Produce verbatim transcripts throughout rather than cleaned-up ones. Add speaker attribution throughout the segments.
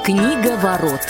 Speaker 1: Книга ворот.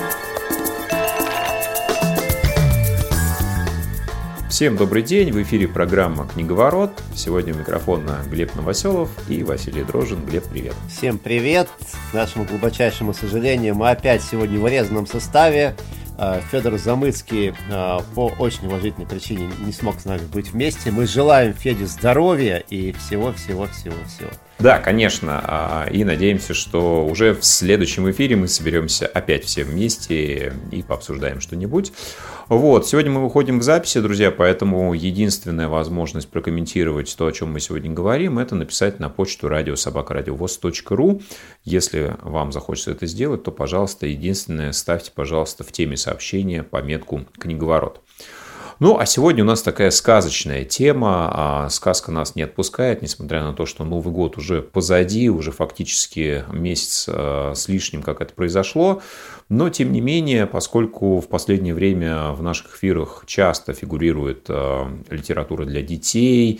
Speaker 2: Всем добрый день, в эфире программа «Книговорот». Сегодня у микрофона Глеб Новоселов и Василий Дрожжин. Глеб, привет.
Speaker 3: Всем привет. К нашему глубочайшему сожалению, мы опять сегодня в урезанном составе. Федор Замыцкий по очень уважительной причине не смог с нами быть вместе. Мы желаем Феде здоровья и всего-всего-всего-всего.
Speaker 2: Да, конечно, и надеемся, что уже в следующем эфире мы соберемся опять все вместе и пообсуждаем что-нибудь. Вот, сегодня мы выходим к записи, друзья, поэтому единственная возможность прокомментировать то, о чем мы сегодня говорим, это написать на почту радио собака радиовоз точка ру. Если вам захочется это сделать, то, пожалуйста, единственное, ставьте, пожалуйста, в теме сообщения пометку «Книговорот». Ну, а сегодня у нас такая сказочная тема, а сказка нас не отпускает, несмотря на то, что Новый год уже позади, уже фактически месяц с лишним, как это произошло, но, тем не менее, поскольку в последнее время в наших эфирах часто фигурирует литература для детей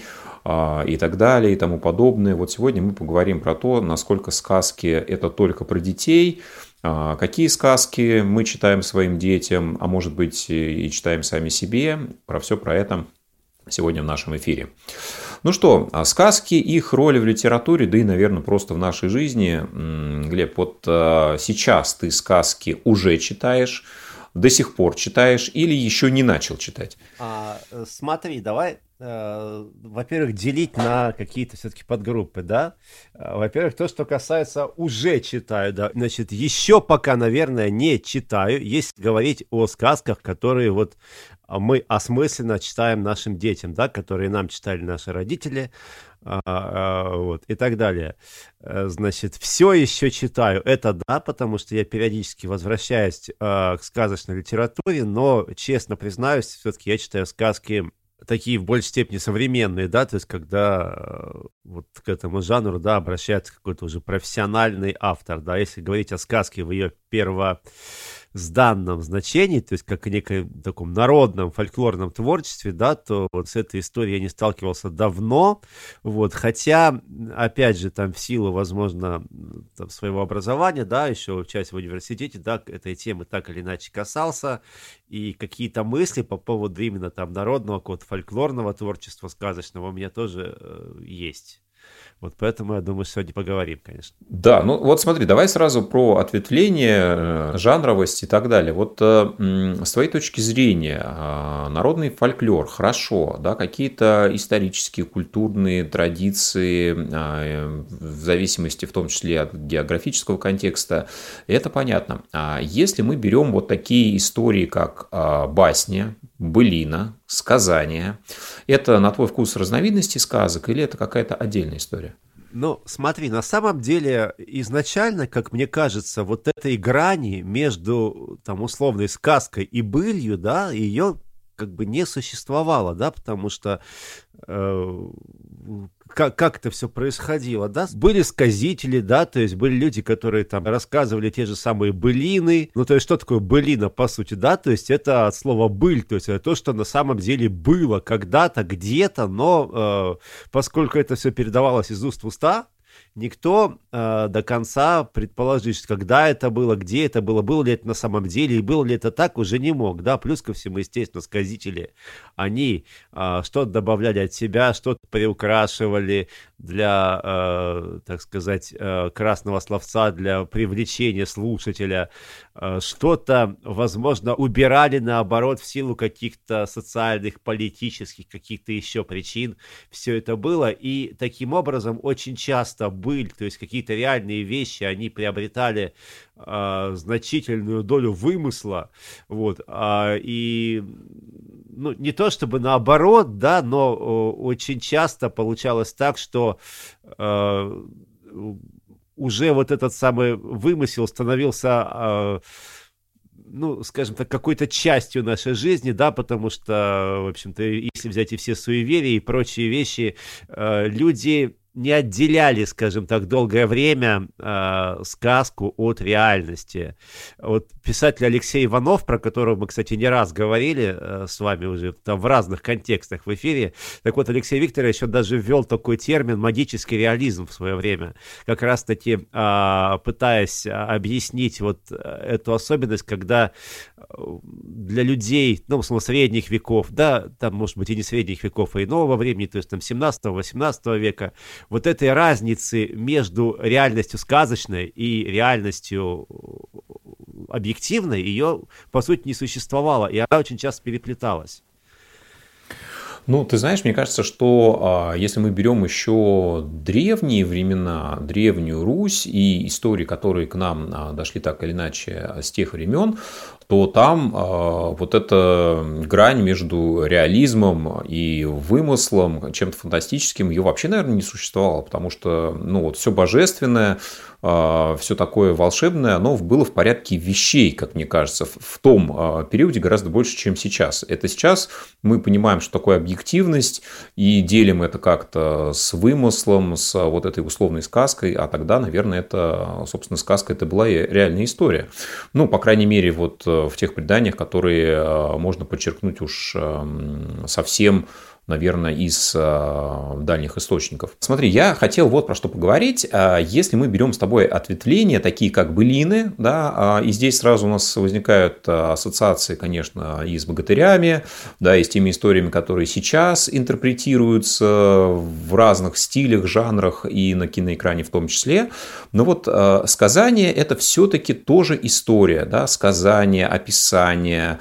Speaker 2: и так далее, и тому подобное, вот сегодня мы поговорим про то, насколько сказки – это только про детей, какие сказки мы читаем своим детям, а может быть и читаем сами себе. Про все про это сегодня в нашем эфире. Ну что, сказки, их роли в литературе, да и, наверное, просто в нашей жизни. Глеб, вот сейчас ты сказки уже читаешь, до сих пор читаешь или еще не начал читать?
Speaker 3: А, смотри, давай, э, во-первых, делить на какие-то все-таки подгруппы, да. Во-первых, то, что касается уже читаю, да. Значит, еще пока, наверное, не читаю, если говорить о сказках, которые вот мы осмысленно читаем нашим детям, да, которые нам читали наши родители, а, а, вот, и так далее. Значит, все еще читаю, это да, потому что я периодически возвращаюсь а, к сказочной литературе, но, честно признаюсь, все-таки я читаю сказки такие в большей степени современные, да, то есть когда э, вот к этому жанру, да, обращается какой-то уже профессиональный автор, да, если говорить о сказке в ее первозданном значении, то есть как о неком таком народном фольклорном творчестве, да, то вот с этой историей я не сталкивался давно, вот, хотя, опять же, там в силу, возможно, там, своего образования, да, еще учась в университете, да, этой темы так или иначе касался, и какие-то мысли по поводу именно там народного, какого-то фольклорного творчества сказочного у меня тоже э, есть. Вот поэтому, я думаю, сегодня поговорим, конечно.
Speaker 2: Да, ну вот смотри, давай сразу про ответвление, жанровость и так далее. Вот э, с твоей точки зрения, э, народный фольклор, хорошо, да, какие-то исторические, культурные традиции, э, в зависимости в том числе от географического контекста, это понятно. А если мы берем вот такие истории, как э, басня, былина, сказания, это, на твой вкус, разновидности сказок или это какая-то отдельная история?
Speaker 3: Ну, смотри, на самом деле, изначально, как мне кажется, вот этой грани между, там, условной сказкой и былью, да, ее как бы не существовало, да, потому что э, как, как это все происходило, да, были сказители, да, то есть были люди, которые там рассказывали те же самые былины, ну, то есть что такое былина, по сути, да, то есть это от слова быль, то есть это то, что на самом деле было когда-то, где-то, но э, поскольку это все передавалось из уст в уста, никто э, до конца предположить, когда это было, где это было, было ли это на самом деле, и было ли это так, уже не мог, да, плюс ко всему, естественно, сказители, они э, что-то добавляли от себя, что-то приукрашивали для, э, так сказать, э, красного словца, для привлечения слушателя, э, что-то, возможно, убирали наоборот в силу каких-то социальных, политических, каких-то еще причин, все это было, и таким образом очень часто быль, то есть какие-то реальные вещи, они приобретали э, значительную долю вымысла, вот, э, и, ну, не то чтобы наоборот, да, но э, очень часто получалось так, что э, уже вот этот самый вымысел становился... Э, ну, скажем так, какой-то частью нашей жизни, да, потому что, в общем-то, если взять и все суеверия и прочие вещи, э, люди не отделяли, скажем так, долгое время э, сказку от реальности. Вот писатель Алексей Иванов, про которого мы, кстати, не раз говорили э, с вами уже там в разных контекстах в эфире, так вот, Алексей Викторович еще даже ввел такой термин «магический реализм» в свое время, как раз-таки э, пытаясь объяснить вот эту особенность, когда для людей, ну, условно, средних веков, да, там, может быть, и не средних веков, а и нового времени, то есть там семнадцатого-восемнадцатого века, вот этой разницы между реальностью сказочной и реальностью объективной, ее, по сути, не существовало, и она очень часто переплеталась.
Speaker 2: Ну, ты знаешь, мне кажется, что если мы берем еще древние времена, древнюю Русь и истории, которые к нам дошли так или иначе с тех времен, то там э, вот эта грань между реализмом и вымыслом, чем-то фантастическим, ее вообще, наверное, не существовало, потому что, ну, вот все божественное, э, все такое волшебное, оно было в порядке вещей, как мне кажется, в, в том э, периоде гораздо больше, чем сейчас. Это сейчас мы понимаем, что такое объективность, и делим это как-то с вымыслом, с вот этой условной сказкой, а тогда, наверное, это, собственно, сказка, это была и реальная история. Ну, по крайней мере, вот в тех преданиях, которые можно подчеркнуть уж совсем, наверное, из дальних источников. Смотри, я хотел вот про что поговорить. Если мы берем с тобой ответвления, такие как былины, да, и здесь сразу у нас возникают ассоциации, конечно, и с богатырями, да, и с теми историями, которые сейчас интерпретируются в разных стилях, жанрах и на киноэкране в том числе. Но вот сказание – это все-таки тоже история, да, сказание, описание.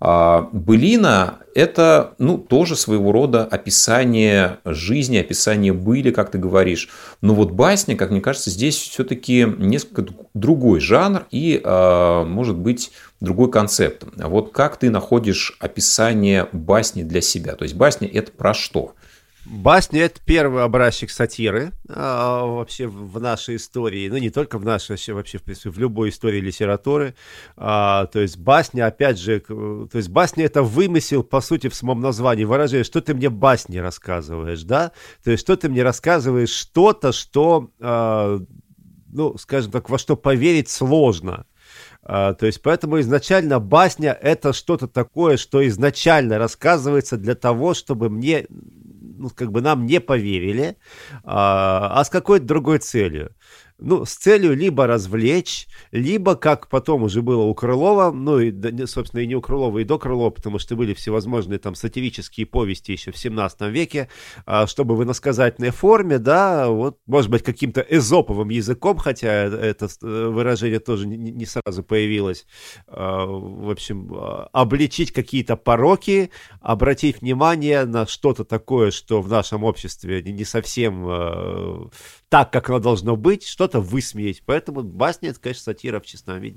Speaker 2: Былина – это, ну, тоже своего рода описание жизни, описание были, как ты говоришь. Но вот басня, как мне кажется, здесь все-таки несколько другой жанр и, может быть, другой концепт. Вот как ты находишь описание басни для себя? То есть басня – это про что?
Speaker 3: Басня – это первый образчик сатиры а, вообще в нашей истории, ну не только в нашей, вообще в принципе в любой истории литературы. А, то есть басня, опять же, то есть басня – это вымысел, по сути, в самом названии, выражение, что ты мне басни рассказываешь, да? То есть что ты мне рассказываешь что-то, что, а, ну, скажем так, во что поверить сложно. Uh, то есть, поэтому изначально басня – это что-то такое, что изначально рассказывается для того, чтобы мне, ну, как бы нам не поверили, uh, а с какой-то другой целью. Ну, с целью либо развлечь, либо, как потом уже было у Крылова, ну, и, собственно, и не у Крылова, и до Крылова, потому что были всевозможные там сатирические повести еще в семнадцатом веке, чтобы в иносказательной форме, да, вот, может быть, каким-то эзоповым языком, хотя это выражение тоже не сразу появилось, в общем, обличить какие-то пороки, обратить внимание на что-то такое, что в нашем обществе не совсем так, как оно должно быть, что-то высмеять. Поэтому басня – это, конечно, сатира в чистом виде.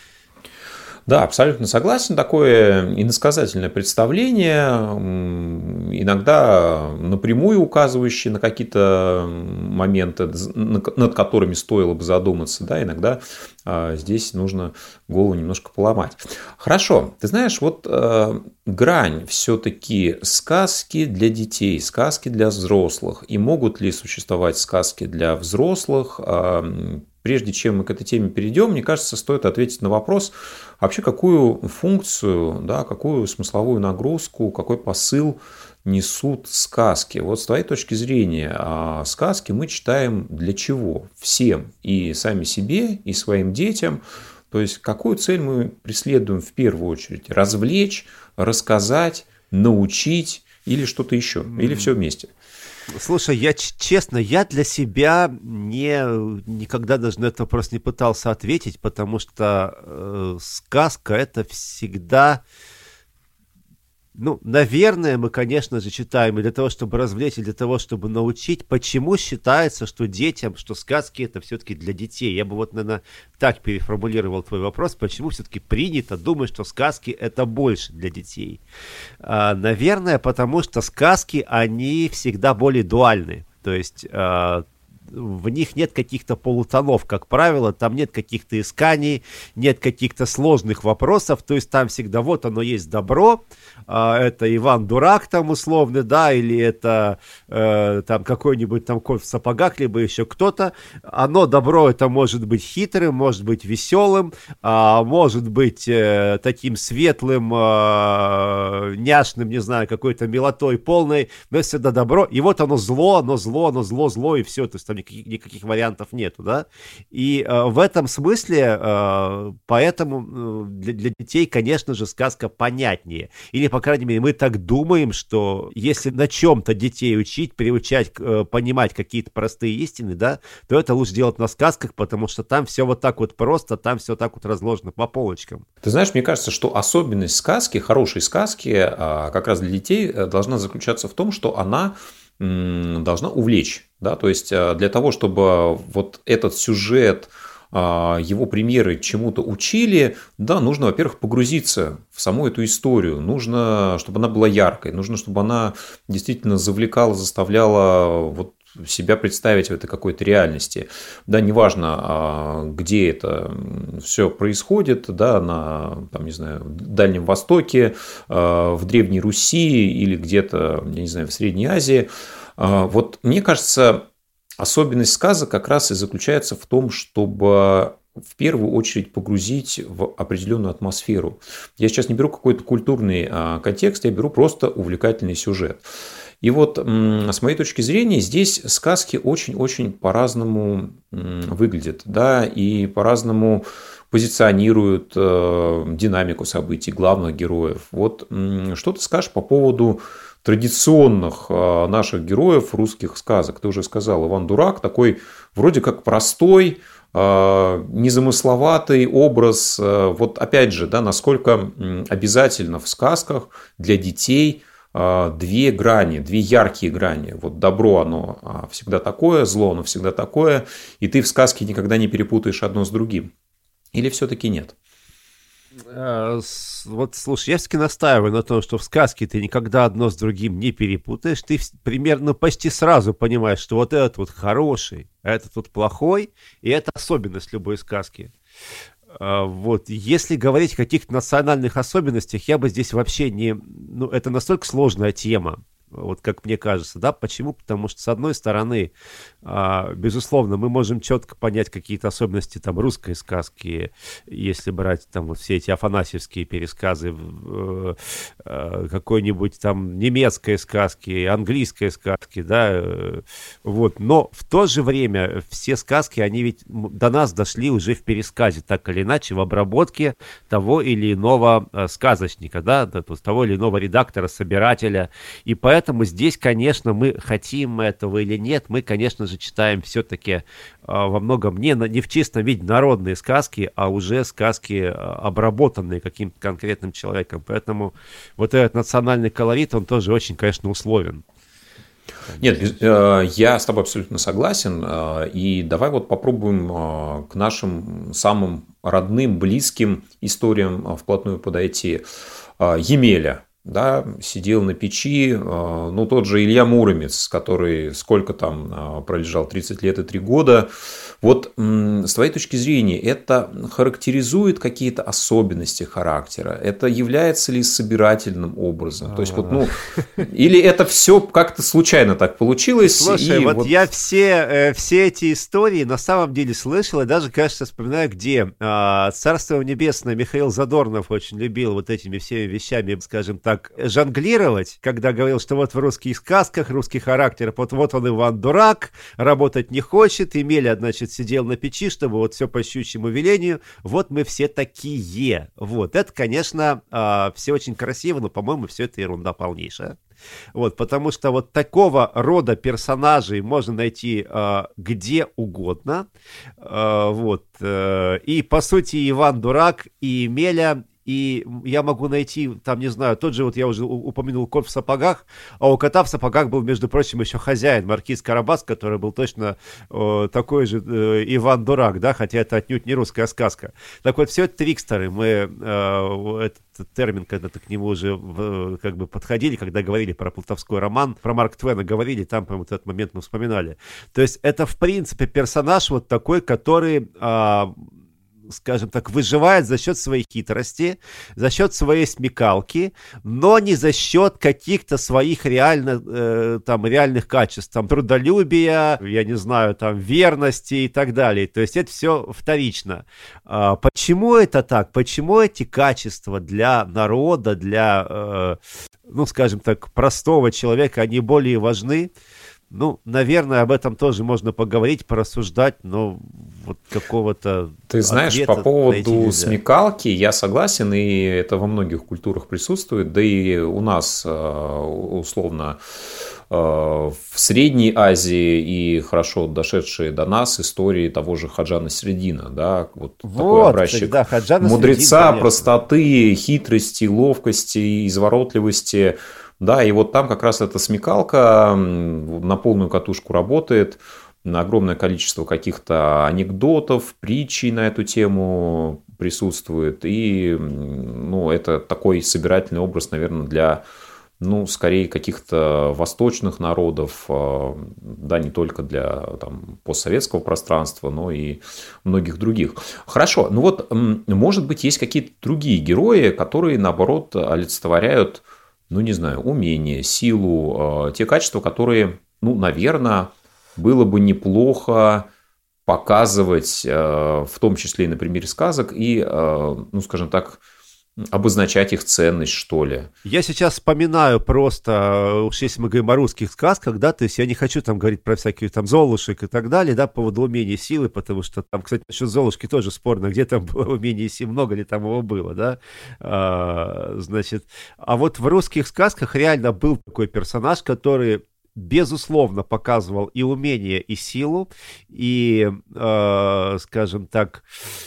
Speaker 2: Да, абсолютно согласен. Такое иносказательное представление, иногда напрямую указывающее на какие-то моменты, над которыми стоило бы задуматься, да, иногда здесь нужно голову немножко поломать. Хорошо, ты знаешь, вот грань все-таки сказки для детей, сказки для взрослых, и могут ли существовать сказки для взрослых? Прежде чем мы к этой теме перейдем, мне кажется, стоит ответить на вопрос, вообще какую функцию, да, какую смысловую нагрузку, какой посыл несут сказки. Вот с твоей точки зрения, сказки мы читаем для чего? Всем, и сами себе, и своим детям. То есть, какую цель мы преследуем в первую очередь? Развлечь, рассказать, научить или что-то еще? Или все вместе?
Speaker 3: Слушай, я честно, я для себя не, никогда даже на этот вопрос не пытался ответить, потому что э, сказка – это всегда… Ну, наверное, мы, конечно же, читаем и для того, чтобы развлечь, и для того, чтобы научить. Почему считается, что детям, что сказки – это все-таки для детей? Я бы вот, наверное, так переформулировал твой вопрос. Почему все-таки принято думать, что сказки – это больше для детей? А, наверное, потому что сказки, они всегда более дуальны. То есть… А, в них нет каких-то полутонов, как правило, там нет каких-то исканий, нет каких-то сложных вопросов, то есть там всегда вот оно есть добро, это Иван Дурак там условно, да, или это э, там какой-нибудь там кот в сапогах, либо еще кто-то. Оно, добро, это может быть хитрым, может быть веселым, а, может быть э, таким светлым, э, няшным, не знаю, какой-то милотой полной, но это всегда добро. И вот оно зло, оно зло, оно зло, зло, и все, то есть там никаких, никаких вариантов нету, да. И э, в этом смысле, э, поэтому э, для, для детей, конечно же, сказка понятнее. Или, по крайней мере, мы так думаем, что если на чем-то детей учить, приучать, э, понимать какие-то простые истины, да, то это лучше делать на сказках, потому что там все вот так вот просто, там все так вот разложено по полочкам.
Speaker 2: Ты знаешь, мне кажется, что особенность сказки, хорошей сказки, как раз для детей должна заключаться в том, что она должна увлечь, да, то есть для того, чтобы вот этот сюжет, его примеры чему-то учили, да, нужно, во-первых, погрузиться в саму эту историю, нужно, чтобы она была яркой, нужно, чтобы она действительно завлекала, заставляла вот себя представить в этой какой-то реальности. Да, неважно, где это все происходит, да, на, там, не знаю, Дальнем Востоке, в Древней Руси или где-то, я не знаю, в Средней Азии. Вот мне кажется, особенность сказок как раз и заключается в том, чтобы в первую очередь погрузить в определенную атмосферу. Я сейчас не беру какой-то культурный контекст, я беру просто увлекательный сюжет. И вот с моей точки зрения здесь сказки очень-очень по-разному выглядят, да, и по-разному позиционируют динамику событий, главных героев. Вот что ты скажешь по поводу традиционных наших героев русских сказок? Ты уже сказал, Иван Дурак, такой вроде как простой, незамысловатый образ. Вот опять же, да, насколько обязательно в сказках для детей две грани, две яркие грани. Вот добро, оно всегда такое, зло, оно всегда такое, и ты в сказке никогда не перепутаешь одно с другим. Или все-таки нет?
Speaker 3: Вот, слушай, я все-таки настаиваю на том, что в сказке ты никогда одно с другим не перепутаешь. Ты примерно почти сразу понимаешь, что вот этот вот хороший, а этот вот плохой, и это особенность любой сказки. Вот, если говорить о каких-то национальных особенностях, я бы здесь вообще не... Ну, это настолько сложная тема, вот как мне кажется, да, почему? Потому что, с одной стороны, безусловно, мы можем четко понять какие-то особенности там русской сказки, если брать там вот все эти афанасьевские пересказы, какой-нибудь там немецкой сказки, английской сказки, да, вот, но в то же время все сказки, они ведь до нас дошли уже в пересказе, так или иначе, в обработке того или иного сказочника, да, того или иного редактора, собирателя, и поэтому Поэтому здесь, конечно, мы хотим этого или нет, мы, конечно же, читаем все-таки э, во многом не, не в чистом виде народные сказки, а уже сказки, э, обработанные каким-то конкретным человеком. Поэтому вот этот национальный колорит, он тоже очень, конечно, условен.
Speaker 2: Нет, я с тобой абсолютно согласен. И давай вот попробуем к нашим самым родным, близким историям вплотную подойти. Емеля. Да, сидел на печи, ну, тот же Илья Муромец, который сколько там пролежал, тридцать лет и три года. Вот с твоей точки зрения, это характеризует какие-то особенности характера? Это является ли собирательным образом? То есть, вот, ну, или это все как-то случайно так получилось?
Speaker 3: Слушай, вот, вот я все, все эти истории на самом деле слышал, и даже, кажется, вспоминаю, где Царство Небесное Михаил Задорнов очень любил вот этими всеми вещами, скажем так, так жонглировать, когда говорил, что вот в русских сказках русский характер, вот, вот он Иван Дурак, работать не хочет, Емеля, значит, сидел на печи, чтобы вот все по щучьему велению, вот мы все такие. Вот, это, конечно, э, все очень красиво, но, по-моему, все это ерунда полнейшая. Вот, потому что вот такого рода персонажей можно найти э, где угодно. Э, вот, э, и, по сути, Иван Дурак, и Емеля, и я могу найти, там, не знаю, тот же, вот я уже упомянул «Кот в сапогах», а у «Кота в сапогах» был, между прочим, еще хозяин, маркиз Карабас, который был точно э, такой же э, Иван Дурак, да, хотя это отнюдь не русская сказка. Так вот, все это трикстеры, мы э, этот термин, когда-то к нему уже в, как бы подходили, когда говорили про плутовской роман, про Марка Твена говорили, там, по-моему, этот момент мы вспоминали. То есть это, в принципе, персонаж вот такой, который... Э, скажем так, выживает за счет своей хитрости, за счет своей смекалки, но не за счет каких-то своих реально, э, там, реальных качеств, там, трудолюбия, я не знаю, там, верности и так далее. То есть это все вторично. А почему это так? Почему эти качества для народа, для, э, ну, скажем так, простого человека, они более важны? Ну, наверное, об этом тоже можно поговорить, порассуждать, но вот какого-то...
Speaker 2: Ты знаешь, по поводу смекалки я согласен, и это во многих культурах присутствует, да и у нас, условно, в Средней Азии и хорошо дошедшие до нас истории того же Ходжа Насреддина, да, вот, вот такой образчик да, мудреца, простоты, хитрости, ловкости, изворотливости. Да, и вот там как раз эта смекалка на полную катушку работает, огромное количество каких-то анекдотов, притчей на эту тему присутствует, и ну, это такой собирательный образ, наверное, для, ну, скорее каких-то восточных народов, да, не только для там, постсоветского пространства, но и многих других. Хорошо, ну вот, может быть, есть какие-то другие герои, которые, наоборот, олицетворяют, ну, не знаю, умение, силу, те качества, которые, ну, наверное, было бы неплохо показывать, в том числе и на примере сказок, и, ну, скажем так, обозначать их ценность, что ли.
Speaker 3: Я сейчас вспоминаю просто, уж если мы говорим о русских сказках, да, то есть я не хочу там говорить про всяких там Золушек и так далее, да, по поводу умения силы, потому что там, кстати, насчет Золушки тоже спорно, где там было умение силы, много ли там его было, да, а, значит, а вот в русских сказках реально был такой персонаж, который безусловно показывал и умение, и силу, и, э, скажем так,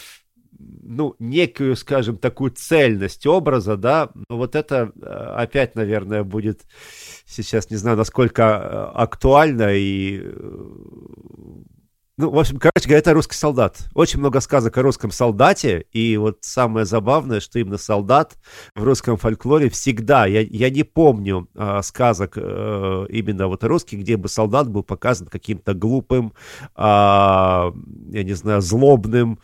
Speaker 3: ну, некую, скажем, такую цельность образа, да, но вот это опять, наверное, будет сейчас, не знаю, насколько актуально и... Ну, в общем, короче говоря, это русский солдат. Очень много сказок о русском солдате, и вот самое забавное, что именно солдат в русском фольклоре всегда, я, я не помню а, сказок а, именно вот русских, где бы солдат был показан каким-то глупым, а, я не знаю, злобным,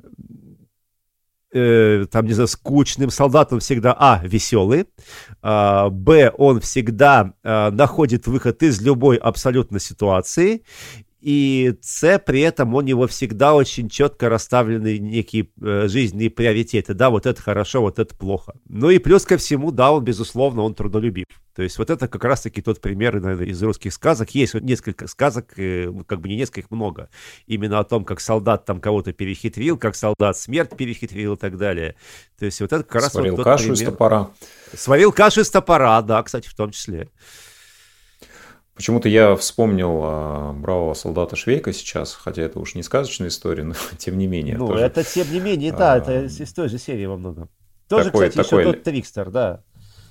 Speaker 3: э, там, не знаю, скучным. Солдат он всегда, а, веселый, а, б, он всегда а, находит выход из любой абсолютно ситуации, и С, при этом у него всегда очень четко расставлены некие э, жизненные приоритеты. Да, вот это хорошо, вот это плохо. Ну и плюс ко всему, да, он, безусловно, он трудолюбив. То есть вот это как раз-таки тот пример, наверное, из русских сказок. Есть вот несколько сказок, э, как бы не несколько, их много. Именно о том, как солдат там кого-то перехитрил, как солдат смерть перехитрил и так далее. То есть вот это как раз
Speaker 2: Сварил
Speaker 3: вот тот
Speaker 2: кашу
Speaker 3: пример.
Speaker 2: из топора.
Speaker 3: Сварил кашу из топора, да, кстати, в том числе.
Speaker 2: Почему-то я вспомнил а, бравого солдата Швейка сейчас, хотя это уж не сказочная история, но тем не менее.
Speaker 3: Ну,
Speaker 2: тоже,
Speaker 3: это тем не менее, да, а, это из той же серии во многом. Тоже, такой, кстати, такой... еще тот Трикстер, да.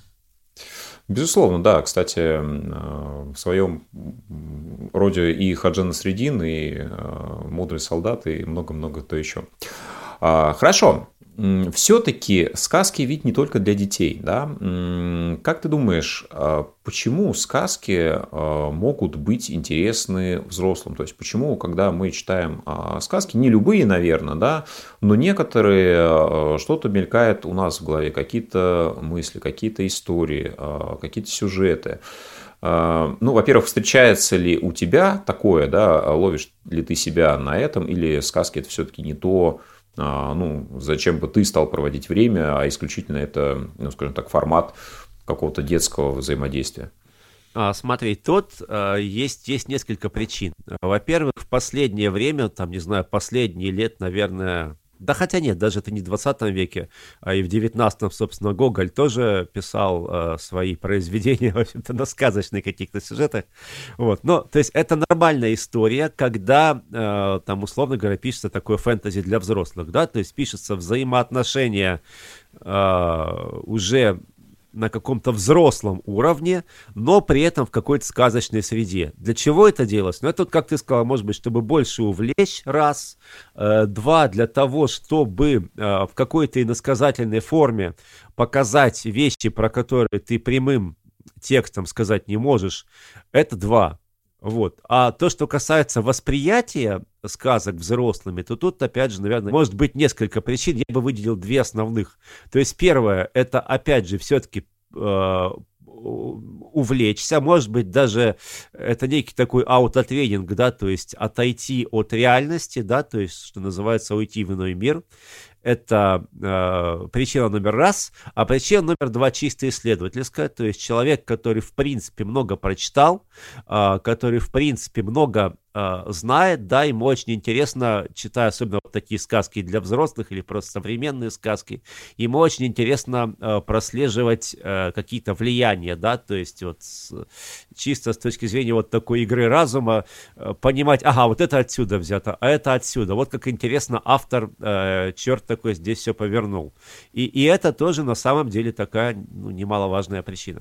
Speaker 2: Безусловно, да. Кстати, в своем роде и Ходжа Насреддин, и Мудрый солдат, и много-много кто еще. Хорошо. Все-таки сказки ведь не только для детей, да? Как ты думаешь, почему сказки могут быть интересны взрослым? То есть, почему, когда мы читаем сказки, не любые, наверное, да, но некоторые, что-то мелькает у нас в голове, какие-то мысли, какие-то истории, какие-то сюжеты. Ну, во-первых, встречается ли у тебя такое, да, ловишь ли ты себя на этом, или сказки это все-таки не то, ну, зачем бы ты стал проводить время, а исключительно это, ну, скажем так, формат какого-то детского взаимодействия?
Speaker 3: А, смотри, тут а, есть, есть несколько причин. Во-первых, в последнее время, там, не знаю, последние лет, наверное... Да хотя нет, даже это не в двадцатом веке, а и в девятнадцатом, собственно, Гоголь тоже писал э, свои произведения, в общем-то, на сказочных каких-то сюжетах. Вот. Но, то есть, это нормальная история, когда, э, там, условно говоря, пишется такое фэнтези для взрослых, да, то есть, пишется взаимоотношения э, уже на каком-то взрослом уровне, но при этом в какой-то сказочной среде. Для чего это делалось? Ну, это, вот, как ты сказал, может быть, чтобы больше увлечь, раз. Э, два, для того, чтобы э, в какой-то иносказательной форме показать вещи, про которые ты прямым текстом сказать не можешь. Это два. Вот. А то, что касается восприятия сказок взрослыми, то тут, опять же, наверное, может быть несколько причин. Я бы выделил две основных. То есть первое, это, опять же, все-таки э, увлечься, может быть, даже это некий такой аутотренинг, да, то есть отойти от реальности, да, то есть, что называется, уйти в иной мир. Это э, причина номер раз, а причина номер два чисто исследовательская, то есть человек, который в принципе много прочитал, э, который в принципе много э, знает, да, ему очень интересно, читая особенно вот такие сказки для взрослых или просто современные сказки, ему очень интересно э, прослеживать э, какие-то влияния, да, то есть вот с, чисто с точки зрения вот такой игры разума э, понимать, ага, вот это отсюда взято, а это отсюда, вот как интересно автор, э, черт такой здесь все повернул. И, и это тоже на самом деле такая, ну, немаловажная причина.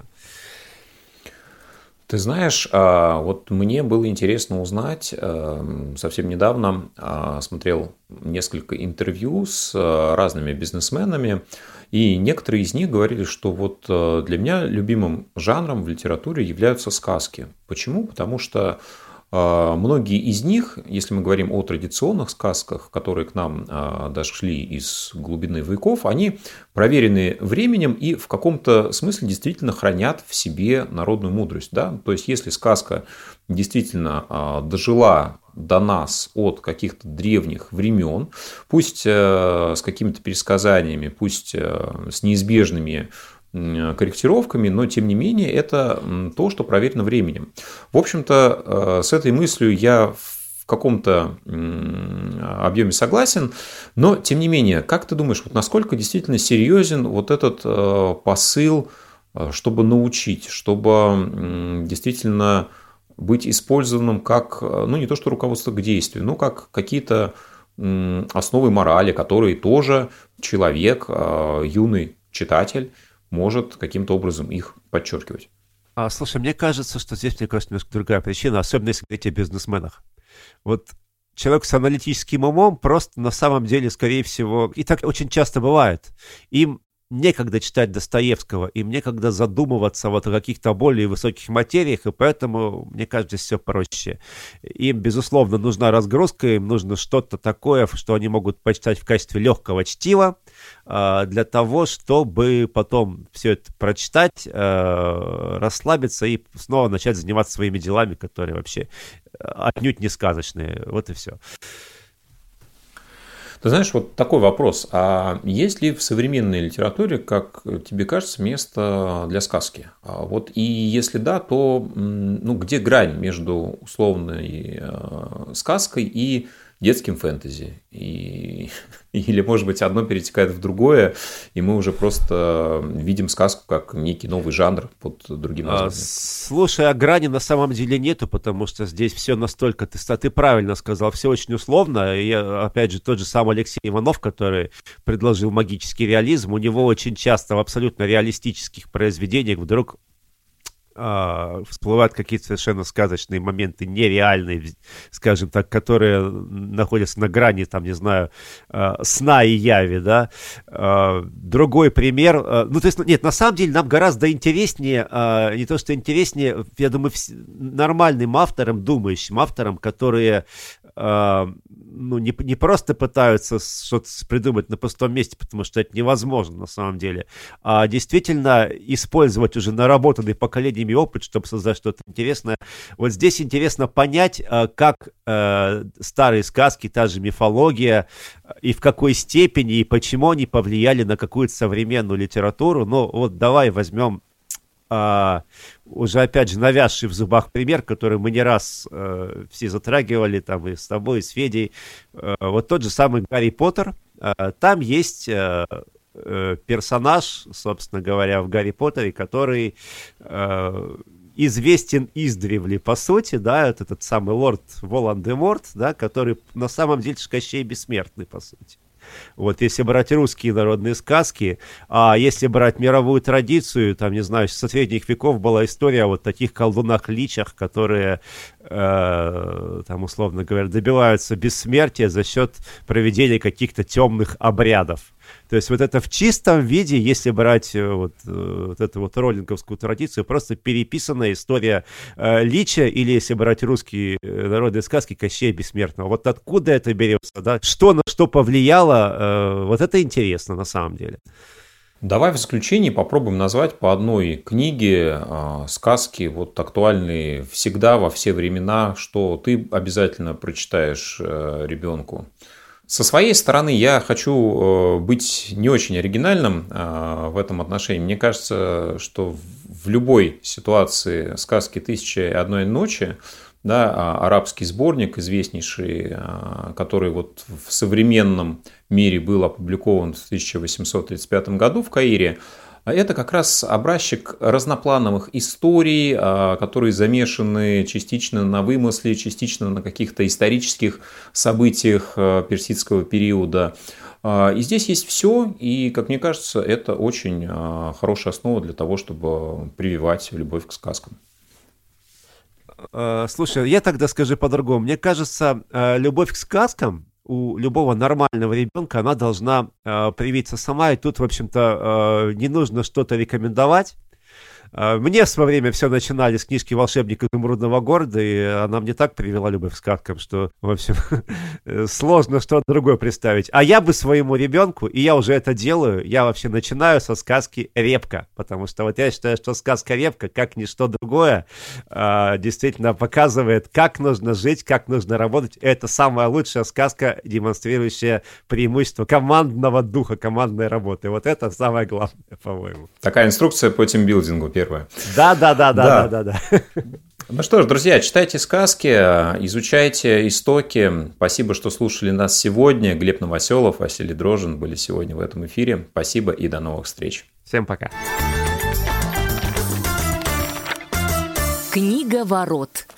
Speaker 2: Ты знаешь, вот мне было интересно узнать, совсем недавно смотрел несколько интервью с разными бизнесменами, и некоторые из них говорили, что вот для меня любимым жанром в литературе являются сказки. Почему? Потому что многие из них, если мы говорим о традиционных сказках, которые к нам дошли из глубины веков, они проверены временем и в каком-то смысле действительно хранят в себе народную мудрость. Да? То есть, если сказка действительно дожила до нас от каких-то древних времен, пусть с какими-то пересказаниями, пусть с неизбежными корректировками, но тем не менее это то, что проверено временем. В общем-то, с этой мыслью я в каком-то объеме согласен, но тем не менее, как ты думаешь, вот насколько действительно серьезен вот этот посыл, чтобы научить, чтобы действительно быть использованным как, ну не то что руководство к действию, но как какие-то основы морали, которые тоже человек, юный читатель, может каким-то образом их подчеркивать.
Speaker 3: А, слушай, мне кажется, что здесь, мне кажется, немножко другая причина, особенно если говорить о бизнесменах. Вот человек с аналитическим умом просто на самом деле, скорее всего, и так очень часто бывает, им некогда читать Достоевского, им некогда задумываться вот о каких-то более высоких материях, и поэтому, мне кажется, все проще. Им, безусловно, нужна разгрузка, им нужно что-то такое, что они могут почитать в качестве легкого чтива, для того, чтобы потом все это прочитать, расслабиться и снова начать заниматься своими делами, которые вообще отнюдь не сказочные. Вот и все.
Speaker 2: Ты знаешь, вот такой вопрос. А есть ли в современной литературе, как тебе кажется, место для сказки? Вот, и если да, то ну, где грань между условной сказкой и детским фэнтези? И, или, может быть, одно перетекает в другое, и мы уже просто видим сказку как некий новый жанр под другим названием?
Speaker 3: Слушай, а грани на самом деле нету, потому что здесь все настолько, ты, ты правильно сказал, все очень условно. И, опять же, тот же самый Алексей Иванов, который предложил магический реализм, у него очень часто в абсолютно реалистических произведениях вдруг всплывают какие-то совершенно сказочные моменты, нереальные, скажем так, которые находятся на грани, там, не знаю, сна и яви, да. Другой пример, ну, то есть, нет, на самом деле нам гораздо интереснее, не то, что интереснее, я думаю, нормальным авторам, думающим авторам, которые ну, не, не просто пытаются что-то придумать на пустом месте, потому что это невозможно на самом деле, а действительно использовать уже наработанный поколениями опыт, чтобы создать что-то интересное. Вот здесь интересно понять, как э, старые сказки, та же мифология, и в какой степени, и почему они повлияли на какую-то современную литературу. Ну, вот давай возьмем Uh, уже, опять же, навязший в зубах пример, который мы не раз uh, все затрагивали, там, и с тобой, и с Федей. Uh, вот тот же самый Гарри Поттер. Uh, там есть uh, uh, персонаж, собственно говоря, в Гарри Поттере, который uh, известен издревле, по сути, да, это этот самый лорд Волан-де-Морт, да, который на самом деле Кощей Бессмертный, по сути. Вот если брать русские народные сказки, а если брать мировую традицию, там, не знаю, со средних веков была история о вот таких колдунах-личах, которые, э, там, условно говоря, добиваются бессмертия за счет проведения каких-то темных обрядов. То есть вот это в чистом виде, если брать вот, вот эту вот роллинговскую традицию, просто переписанная история э, Лича, или если брать русские народные сказки, Кощея Бессмертного. Вот откуда это берется, да? Что на что повлияло, э, вот это интересно на самом деле.
Speaker 2: Давай в заключении попробуем назвать по одной книге э, сказки, вот актуальные всегда, во все времена, что ты обязательно прочитаешь э, ребенку. Со своей стороны я хочу быть не очень оригинальным в этом отношении. Мне кажется, что в любой ситуации сказки «Тысяча и одной ночи», да, арабский сборник известнейший, который вот в современном мире был опубликован в тысяча восемьсот тридцать пятом году в Каире, это как раз образчик разноплановых историй, которые замешаны частично на вымысле, частично на каких-то исторических событиях персидского периода. И здесь есть все, и, как мне кажется, это очень хорошая основа для того, чтобы прививать любовь к сказкам.
Speaker 3: Слушай, я тогда скажу по-другому. Мне кажется, любовь к сказкам у любого нормального ребенка, она должна э, привиться сама, и тут, в общем-то, э, не нужно что-то рекомендовать. Мне в свое время все начинали с книжки «Волшебник изумрудного города», и она мне так привела любовь к сказкам, что, в общем, сложно что-то другое представить. А я бы своему ребенку, и я уже это делаю, я вообще начинаю со сказки «Репка», потому что вот я считаю, что сказка «Репка», как ничто другое, действительно показывает, как нужно жить, как нужно работать. Это самая лучшая сказка, демонстрирующая преимущество командного духа, командной работы. Вот это самое главное, по-моему.
Speaker 2: Такая инструкция по тимбилдингу. Первое.
Speaker 3: Да, да, да, да, да, да, да.
Speaker 2: Ну что ж, друзья, читайте сказки, изучайте истоки. Спасибо, что слушали нас сегодня. Глеб Новоселов, Василий Дрожжин были сегодня в этом эфире. Спасибо и до новых встреч.
Speaker 3: Всем пока.
Speaker 1: Книга ворот.